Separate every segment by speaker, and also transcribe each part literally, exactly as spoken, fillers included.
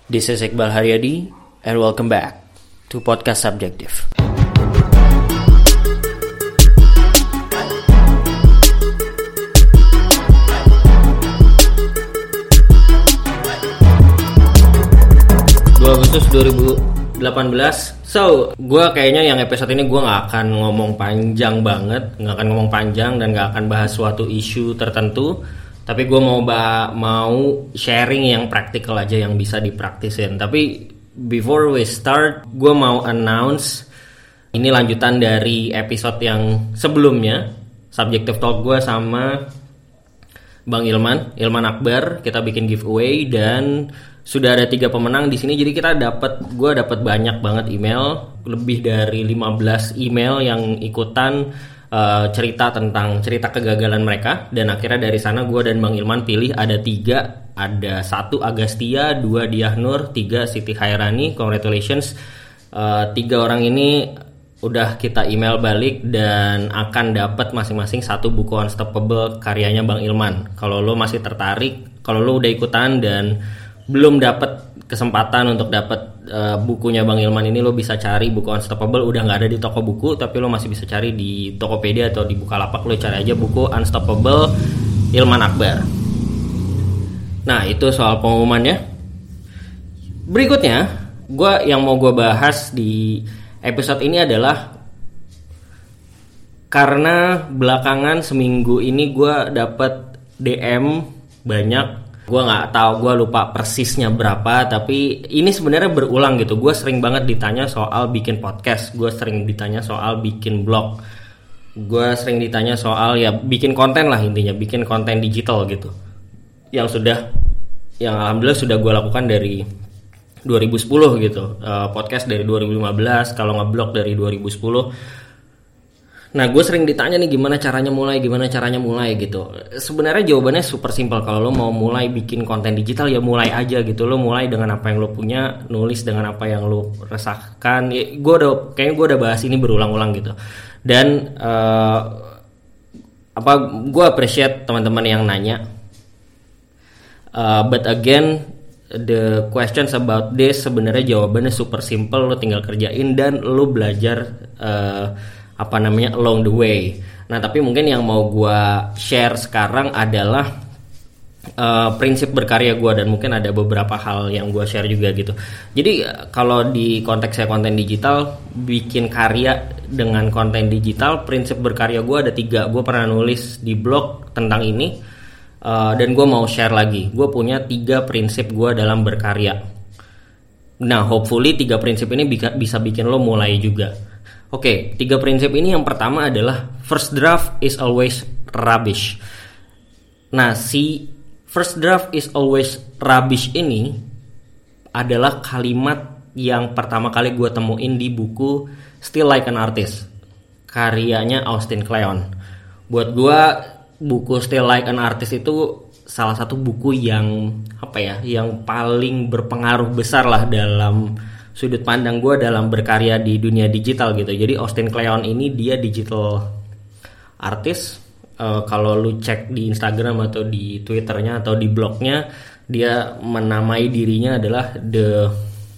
Speaker 1: This is Iqbal Haryadi and welcome back to Podcast Subjektif. dua Agustus dua ribu delapan belas. So, gue kayaknya yang episode ini gue gak akan ngomong panjang banget, gak akan ngomong panjang dan gak akan bahas suatu isu tertentu. Tapi gue mau ba- mau sharing yang praktikal aja, yang bisa dipraktisin. Tapi before we start, gue mau announce ini lanjutan dari episode yang sebelumnya, Subjektif Talk gue sama Bang Ilman, Ilman Akbar. Kita bikin giveaway dan sudah ada tiga pemenang di sini. Jadi kita dapat, gue dapat banyak banget email, lebih dari lima belas email yang ikutan. Uh, cerita tentang cerita kegagalan mereka, dan akhirnya dari sana gue dan Bang Ilman pilih ada tiga, ada satu Agastya, dua Diah Nur, tiga Siti Khairani. Congratulations, uh, tiga orang ini udah kita email balik dan akan dapat masing-masing satu buku Unstoppable karyanya Bang Ilman. Kalau lo masih tertarik, kalau lo udah ikutan dan belum dapat kesempatan untuk dapat uh, bukunya Bang Ilman ini, lo bisa cari buku Unstoppable. Udah nggak ada di toko buku, tapi lo masih bisa cari di Tokopedia atau di Bukalapak. Lo cari aja buku Unstoppable Ilman Akbar. Nah, itu soal pengumumannya. Berikutnya, gue yang mau gue bahas di episode ini adalah karena belakangan seminggu ini gue dapat D M banyak. Gue nggak tahu, gue lupa persisnya berapa, tapi ini sebenarnya berulang gitu. Gue sering banget ditanya soal bikin podcast, gue sering ditanya soal bikin blog, gue sering ditanya soal ya bikin konten lah, intinya bikin konten digital gitu. Yang sudah, yang alhamdulillah sudah gue lakukan dari dua ribu sepuluh gitu. uh, Podcast dari dua ribu lima belas, kalau ngeblog dari dua ribu sepuluh. Nah, gue sering ditanya nih gimana caranya mulai, gimana caranya mulai gitu. Sebenarnya jawabannya super simpel. Kalau lo mau mulai bikin konten digital ya mulai aja gitu. Lo mulai dengan apa yang lo punya, nulis dengan apa yang lo resahkan. Ya, gue udah, kayaknya gue udah bahas ini berulang-ulang gitu. Dan uh, apa, gue appreciate teman-teman yang nanya. Uh, but again, the questions about this sebenarnya jawabannya super simple. Lo tinggal kerjain dan lo belajar. Uh, apa namanya along the way. Nah, tapi mungkin yang mau gue share sekarang adalah uh, prinsip berkarya gue, dan mungkin ada beberapa hal yang gue share juga gitu. Jadi kalau di konteksnya konten digital, bikin karya dengan konten digital, prinsip berkarya gue ada tiga. Gue pernah nulis di blog tentang ini, uh, dan gue mau share lagi. Gue punya tiga prinsip gue dalam berkarya. Nah, hopefully tiga prinsip ini bisa, bisa bikin lo mulai juga. Oke, okay, tiga prinsip ini yang pertama adalah first draft is always rubbish. Nah, si first draft is always rubbish ini adalah kalimat yang pertama kali gue temuin di buku Still Like an Artist, karyanya Austin Kleon. Buat gue, buku Still Like an Artist itu salah satu buku yang apa ya, yang paling berpengaruh besar lah dalam sudut pandang gue dalam berkarya di dunia digital gitu. Jadi Austin Kleon ini dia digital artist. Uh, kalau lu cek di Instagram atau di Twitternya atau di blognya, dia menamai dirinya adalah the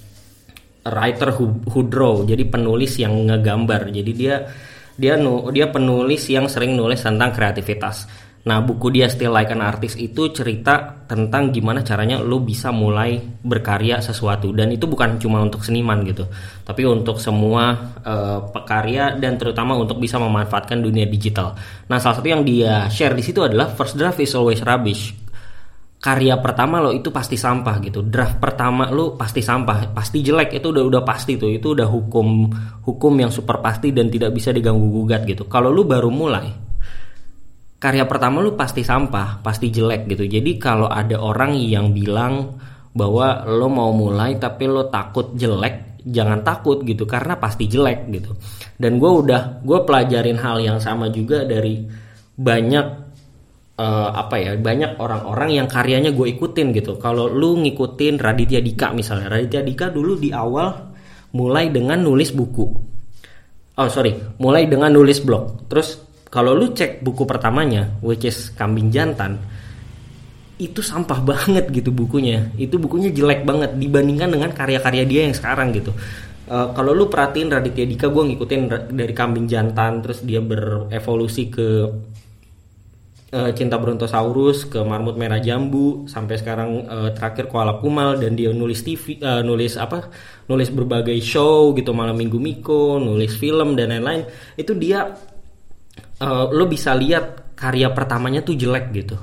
Speaker 1: writer who, who draw. Jadi penulis yang ngegambar. Jadi dia dia nu, dia penulis yang sering nulis tentang kreativitas. Nah, buku dia Still Like an Artist itu cerita tentang gimana caranya lo bisa mulai berkarya sesuatu. Dan itu bukan cuma untuk seniman gitu, tapi untuk semua uh, pekarya, dan terutama untuk bisa memanfaatkan dunia digital. Nah, salah satu yang dia share di situ adalah first draft is always rubbish. Karya pertama lo itu pasti sampah gitu. Draft pertama lo pasti sampah, pasti jelek, itu udah udah pasti tuh. Itu udah hukum hukum yang super pasti dan tidak bisa diganggu gugat gitu. Kalau lo baru mulai, karya pertama lu pasti sampah, pasti jelek gitu. Jadi kalau ada orang yang bilang bahwa lo mau mulai tapi lo takut jelek, jangan takut gitu, karena pasti jelek gitu. Dan gue udah, gue pelajarin hal yang sama juga dari banyak uh, apa ya, banyak orang-orang yang karyanya gue ikutin gitu. Kalau lu ngikutin Raditya Dika misalnya, Raditya Dika dulu di awal mulai dengan nulis buku. Oh sorry, mulai dengan nulis blog. Terus kalau lu cek buku pertamanya, which is Kambing Jantan, itu sampah banget gitu bukunya. Itu bukunya jelek banget dibandingkan dengan karya-karya dia yang sekarang gitu. Uh, kalau lu perhatiin Raditya Dika, gue ngikutin dari Kambing Jantan, terus dia berevolusi ke uh, Cinta Brontosaurus, ke Marmut Merah Jambu, sampai sekarang uh, terakhir Koala Kumal, dan dia nulis T V, uh, nulis apa, nulis berbagai show gitu, Malam Minggu Miko, nulis film dan lain-lain. Itu dia, uh, lu bisa lihat karya pertamanya tuh jelek gitu.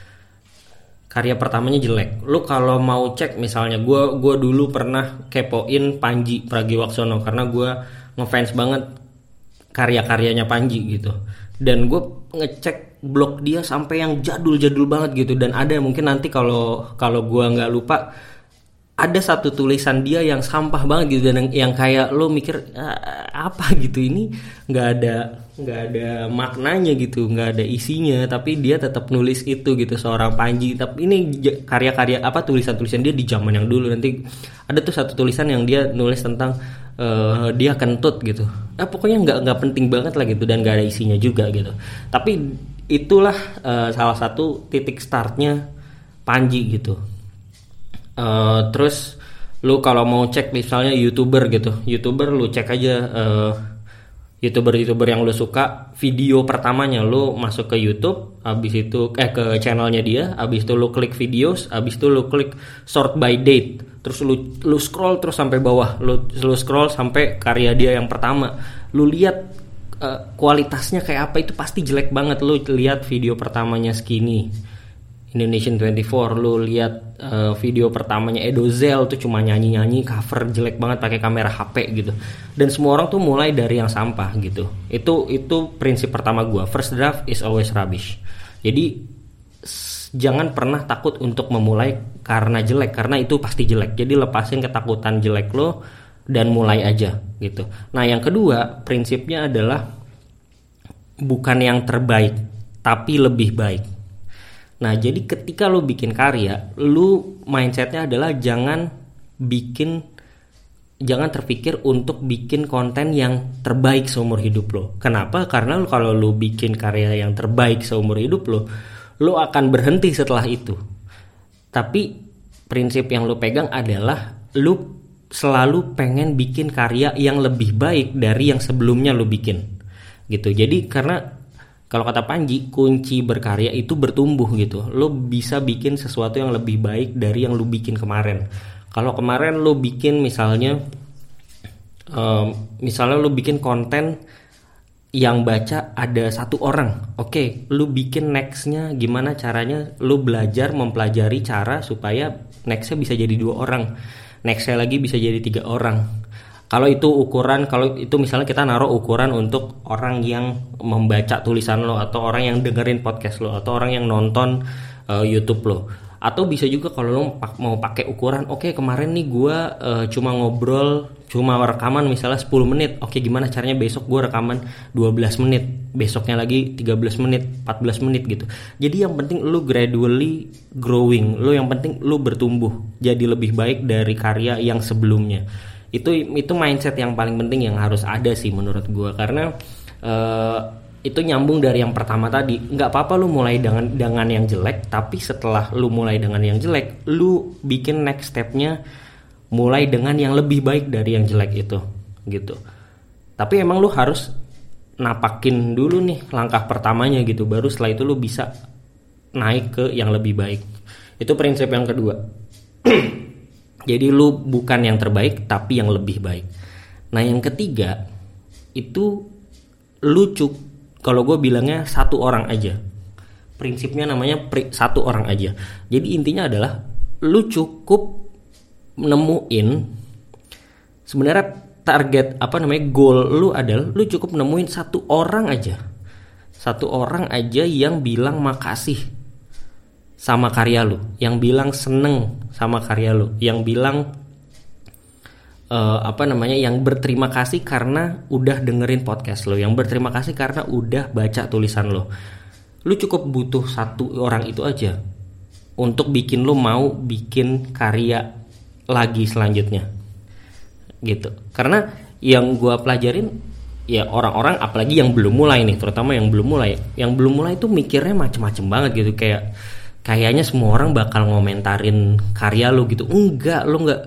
Speaker 1: Karya pertamanya jelek. Lu kalau mau cek misalnya, gue gue dulu pernah kepoin Panji Pragiwaksono karena gue ngefans banget karya-karyanya Panji gitu. Dan gue ngecek blog dia sampai yang jadul-jadul banget gitu. Dan ada mungkin nanti kalau kalau gue nggak lupa, ada satu tulisan dia yang sampah banget gitu, dan yang, yang kayak lo mikir apa gitu, ini nggak ada nggak ada maknanya gitu, nggak ada isinya, tapi dia tetap nulis itu gitu, seorang Panji. Tapi ini karya-karya apa, tulisan-tulisan dia di zaman yang dulu. Nanti ada tuh satu tulisan yang dia nulis tentang uh, dia kentut gitu, nah, pokoknya nggak nggak penting banget lah gitu, dan nggak ada isinya juga gitu. Tapi itulah uh, salah satu titik startnya Panji gitu. Uh, terus lu kalau mau cek misalnya YouTuber gitu, YouTuber lu cek aja uh, YouTuber-YouTuber yang lu suka, video pertamanya lu masuk ke YouTube, habis itu eh ke channelnya dia, habis itu lu klik videos, habis itu lu klik sort by date, terus lu lu scroll terus sampai bawah, lu lu scroll sampai karya dia yang pertama, lu lihat uh, kualitasnya kayak apa, itu pasti jelek banget. Lu lihat video pertamanya Skinny Indonesian dua puluh empat, lu lihat uh, video pertamanya Edozel tuh cuma nyanyi-nyanyi, cover jelek banget pakai kamera H P gitu. Dan semua orang tuh mulai dari yang sampah gitu. Itu itu prinsip pertama gua. First draft is always rubbish. Jadi s- jangan pernah takut untuk memulai karena jelek, karena itu pasti jelek. Jadi lepasin ketakutan jelek lo dan mulai aja gitu. Nah, yang kedua, prinsipnya adalah bukan yang terbaik, tapi lebih baik. Nah, jadi ketika lu bikin karya, lu mindsetnya adalah jangan bikin, jangan terpikir untuk bikin konten yang terbaik seumur hidup lo. Kenapa? Karena lu, kalau lu bikin karya yang terbaik seumur hidup lo, lu akan berhenti setelah itu. Tapi prinsip yang lu pegang adalah lu selalu pengen bikin karya yang lebih baik dari yang sebelumnya lu bikin. Gitu. Jadi karena kalau kata Panji, kunci berkarya itu bertumbuh gitu. Lo bisa bikin sesuatu yang lebih baik dari yang lo bikin kemarin. Kalau kemarin lo bikin misalnya, um, misalnya lo bikin konten yang baca ada satu orang. Oke, okay, lo bikin nextnya gimana caranya? Lo belajar mempelajari cara supaya nextnya bisa jadi dua orang. Nextnya lagi bisa jadi tiga orang. Kalau itu ukuran, kalau itu misalnya kita naruh ukuran untuk orang yang membaca tulisan lo, atau orang yang dengerin podcast lo, atau orang yang nonton uh, YouTube lo. Atau bisa juga kalau lo mau pakai ukuran, oke okay, kemarin nih gue uh, cuma ngobrol, cuma rekaman misalnya sepuluh menit. Oke, okay, gimana caranya besok gue rekaman dua belas menit, besoknya lagi tiga belas menit, empat belas menit gitu. Jadi yang penting lo gradually growing, lo yang penting lo bertumbuh jadi lebih baik dari karya yang sebelumnya. Itu itu mindset yang paling penting yang harus ada sih menurut gue, karena uh, itu nyambung dari yang pertama tadi. Nggak apa-apa lu mulai dengan dengan yang jelek, tapi setelah lu mulai dengan yang jelek, lu bikin next stepnya mulai dengan yang lebih baik dari yang jelek itu gitu. Tapi emang lu harus napakin dulu nih langkah pertamanya gitu, baru setelah itu lu bisa naik ke yang lebih baik. Itu prinsip yang kedua. Jadi lu bukan yang terbaik, tapi yang lebih baik. Nah, yang ketiga itu lu cuk, kalau gue bilangnya satu orang aja. Prinsipnya namanya pri, satu orang aja. Jadi intinya adalah lu cukup nemuin sebenarnya target apa namanya goal lu adalah lu cukup nemuin satu orang aja. Satu orang aja yang bilang makasih sama karya lu, yang bilang seneng sama karya lu, yang bilang uh, apa namanya, yang berterima kasih karena udah dengerin podcast lu, yang berterima kasih karena udah baca tulisan lu. Lu cukup butuh satu orang itu aja untuk bikin lu mau bikin karya lagi selanjutnya, gitu. Karena yang gua pelajarin ya orang-orang, apalagi yang belum mulai nih, terutama yang belum mulai, yang belum mulai itu mikirnya macem-macem banget gitu, kayak kayaknya semua orang bakal ngomentarin karya lu gitu. Enggak, lu enggak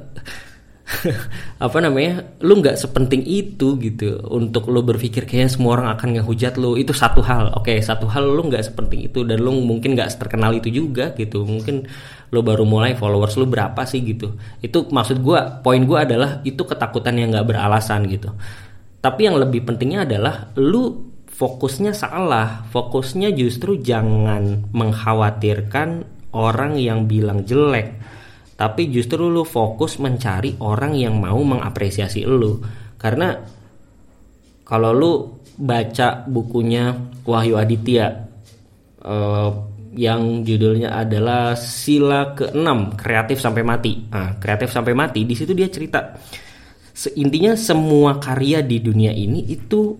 Speaker 1: apa namanya, lu nggak sepenting itu gitu untuk lu berpikir kayaknya semua orang akan ngehujat lu. Itu satu hal, oke, satu hal, lu nggak sepenting itu dan lu mungkin nggak terkenal itu juga gitu. Mungkin lu baru mulai, followers lu berapa sih gitu. Itu maksud gue, poin gue adalah itu ketakutan yang nggak beralasan gitu. Tapi yang lebih pentingnya adalah lu fokusnya salah. Fokusnya justru jangan mengkhawatirkan orang yang bilang jelek, tapi justru lu fokus mencari orang yang mau mengapresiasi lu. Karena kalau lu baca bukunya Wahyu Aditya uh, yang judulnya adalah Sila keenam, Kreatif Sampai Mati. Nah, Kreatif Sampai Mati, di situ dia cerita intinya semua karya di dunia ini itu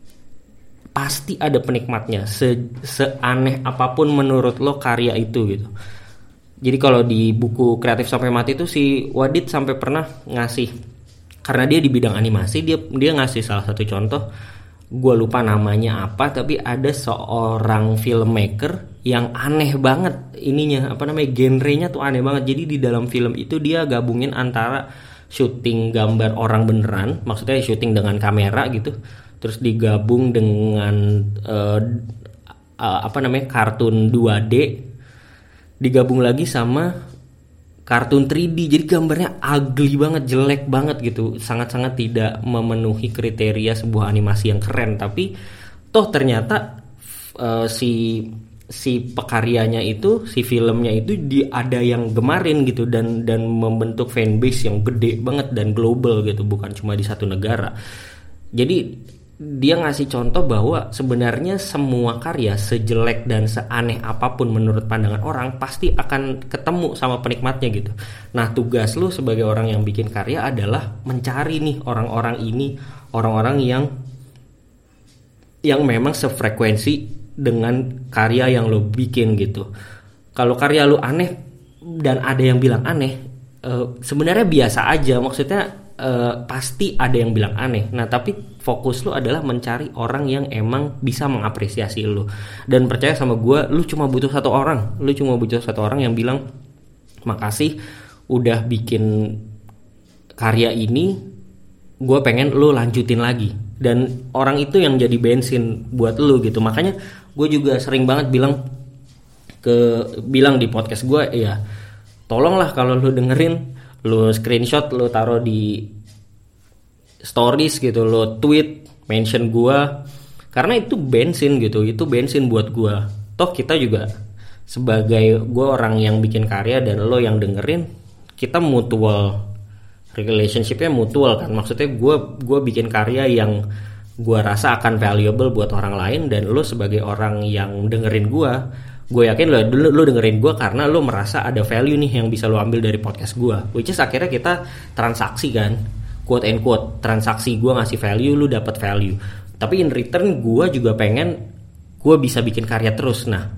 Speaker 1: pasti ada penikmatnya. Se- seaneh apapun menurut lo karya itu gitu. Jadi kalau di buku Kreatif Sampai Mati itu si Wadid sampai pernah ngasih, karena dia di bidang animasi, dia dia ngasih salah satu contoh, gue lupa namanya apa, tapi ada seorang filmmaker yang aneh banget ininya, apa namanya, genrenya tuh aneh banget. Jadi di dalam film itu dia gabungin antara syuting gambar orang beneran, maksudnya syuting dengan kamera gitu, terus digabung dengan uh, uh, apa namanya, kartun dua D, digabung lagi sama kartun tiga D. Jadi gambarnya ugly banget, jelek banget gitu, sangat-sangat tidak memenuhi kriteria sebuah animasi yang keren. Tapi toh ternyata uh, si si pekaryanya itu, si filmnya itu di, ada yang gemarin gitu, dan dan membentuk fanbase yang gede banget dan global gitu, bukan cuma di satu negara. Jadi dia ngasih contoh bahwa sebenarnya semua karya sejelek dan seaneh apapun menurut pandangan orang pasti akan ketemu sama penikmatnya gitu. Nah, tugas lu sebagai orang yang bikin karya adalah mencari nih orang-orang ini, orang-orang yang yang memang sefrekuensi dengan karya yang lu bikin gitu. Kalau karya lu aneh dan ada yang bilang aneh, uh, sebenarnya biasa aja, maksudnya Uh, pasti ada yang bilang aneh. Nah, tapi fokus lu adalah mencari orang yang emang bisa mengapresiasi lu. Dan percaya sama gue, lu cuma butuh satu orang. Lu cuma butuh satu orang yang bilang, makasih udah bikin karya ini, gue pengen lu lanjutin lagi. Dan orang itu yang jadi bensin buat lu gitu. Makanya gue juga sering banget bilang ke bilang di podcast gue, ya tolonglah kalau lu dengerin, lu screenshot, lu taruh di stories gitu, lu tweet, mention gua, karena itu bensin gitu, itu bensin buat gua. Toh kita juga sebagai gua orang yang bikin karya dan lo yang dengerin, kita mutual relationship-nya mutual kan. Maksudnya gua gua bikin karya yang gua rasa akan valuable buat orang lain, dan lo sebagai orang yang dengerin gua, gue yakin lo, lo, lo dengerin gue karena lo merasa ada value nih yang bisa lo ambil dari podcast gue. Which is akhirnya kita transaksi kan, quote and quote, transaksi, gue ngasih value, lo dapat value. Tapi in return gue juga pengen gue bisa bikin karya terus. Nah,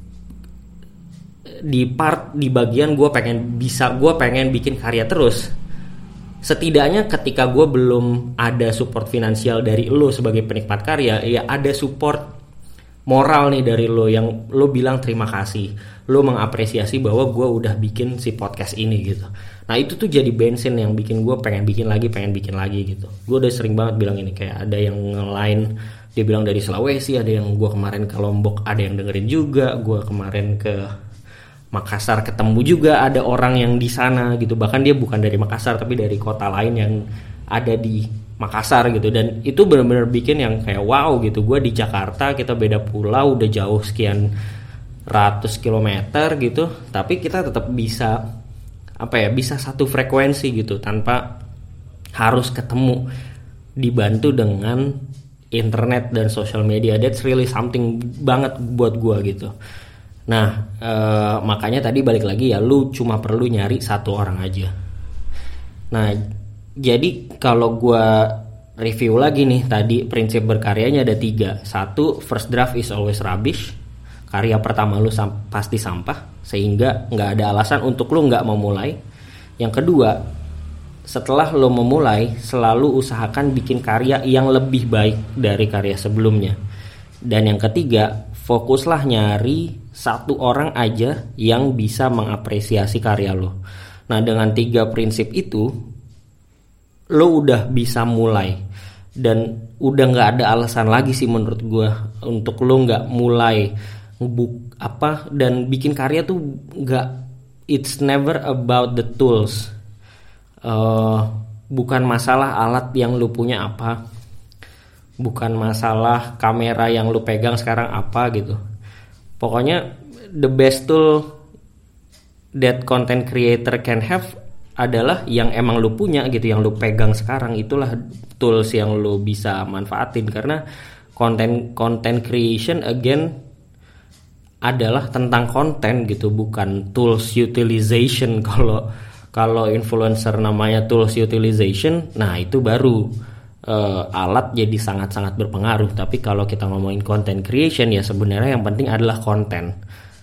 Speaker 1: di part, di bagian gue pengen bisa, gue pengen bikin karya terus. Setidaknya ketika gue belum ada support finansial dari lo sebagai penikmat karya, ya ada support moral nih dari lo, yang lo bilang terima kasih, lo mengapresiasi bahwa gue udah bikin si podcast ini gitu. Nah, itu tuh jadi bensin yang bikin gue pengen bikin lagi, pengen bikin lagi gitu. Gue udah sering banget bilang ini, kayak ada yang lain dia bilang dari Sulawesi, ada yang gue kemarin ke Lombok ada yang dengerin juga, gue kemarin ke Makassar ketemu juga ada orang yang di sana gitu, bahkan dia bukan dari Makassar tapi dari kota lain yang ada di Makassar gitu. Dan itu benar-benar bikin yang kayak wow gitu. Gue di Jakarta, kita beda pulau, udah jauh sekian ratus kilometer gitu, tapi kita tetap bisa apa ya, bisa satu frekuensi gitu tanpa harus ketemu, dibantu dengan internet dan social media. That's really something banget buat gue gitu. Nah, eh, makanya tadi balik lagi ya, lu cuma perlu nyari satu orang aja. Nah, jadi kalau gue review lagi nih, tadi prinsip berkaryanya ada tiga. Satu, first draft is always rubbish. Karya pertama lu sam- pasti sampah, sehingga gak ada alasan untuk lu gak memulai. Yang kedua, setelah lu memulai, selalu usahakan bikin karya yang lebih baik dari karya sebelumnya. Dan yang ketiga, fokuslah nyari satu orang aja yang bisa mengapresiasi karya lo. Nah, dengan tiga prinsip itu lo udah bisa mulai, dan udah nggak ada alasan lagi sih menurut gue untuk lo nggak mulai ngebuk apa dan bikin karya tuh nggak. It's never about the tools. Uh, bukan masalah alat yang lo punya apa, bukan masalah kamera yang lo pegang sekarang apa gitu. Pokoknya the best tool that content creator can have adalah yang emang lu punya gitu, yang lu pegang sekarang. Itulah tools yang lu bisa manfaatin, karena content content creation again adalah tentang konten gitu, bukan tools utilization. Kalau kalau influencer namanya tools utilization, nah itu baru uh, alat jadi sangat-sangat berpengaruh. Tapi kalau kita ngomongin content creation, ya sebenarnya yang penting adalah konten.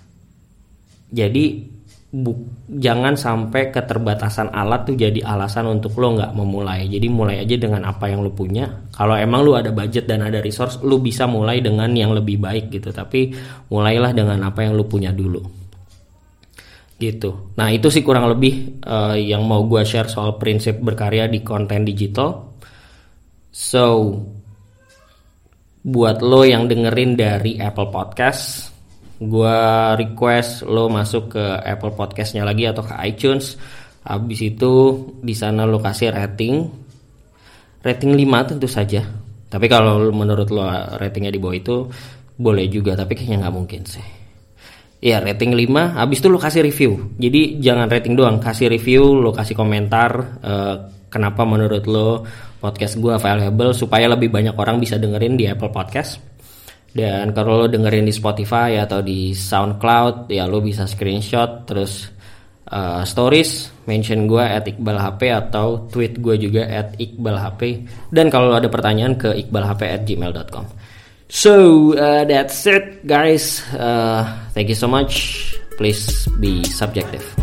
Speaker 1: Jadi bu, jangan sampai keterbatasan alat tuh jadi alasan untuk lo nggak memulai. Jadi mulai aja dengan apa yang lo punya. Kalau emang lo ada budget dan ada resource, lo bisa mulai dengan yang lebih baik gitu. Tapi mulailah dengan apa yang lo punya dulu. Gitu. Nah itu sih kurang lebih uh, yang mau gue share soal prinsip berkarya di konten digital. So buat lo yang dengerin dari Apple Podcast, gue request lo masuk ke Apple Podcast-nya lagi atau ke iTunes. Habis itu di sana lo kasih rating, rating lima tentu saja. Tapi kalau menurut lo ratingnya di bawah itu boleh juga, tapi kayaknya nggak mungkin sih. Ya rating lima, habis itu lo kasih review. Jadi jangan rating doang, kasih review, lo kasih komentar uh, kenapa menurut lo podcast gue valuable, supaya lebih banyak orang bisa dengerin di Apple Podcast. Dan kalau lo dengerin di Spotify atau di SoundCloud, ya lo bisa screenshot terus uh, stories, mention gue at Iqbal H P atau tweet gue juga at Iqbal H P. Dan kalau lo ada pertanyaan ke iqbalhp at gmail dot com. So uh, that's it guys. Uh, thank you so much. Please be subjective.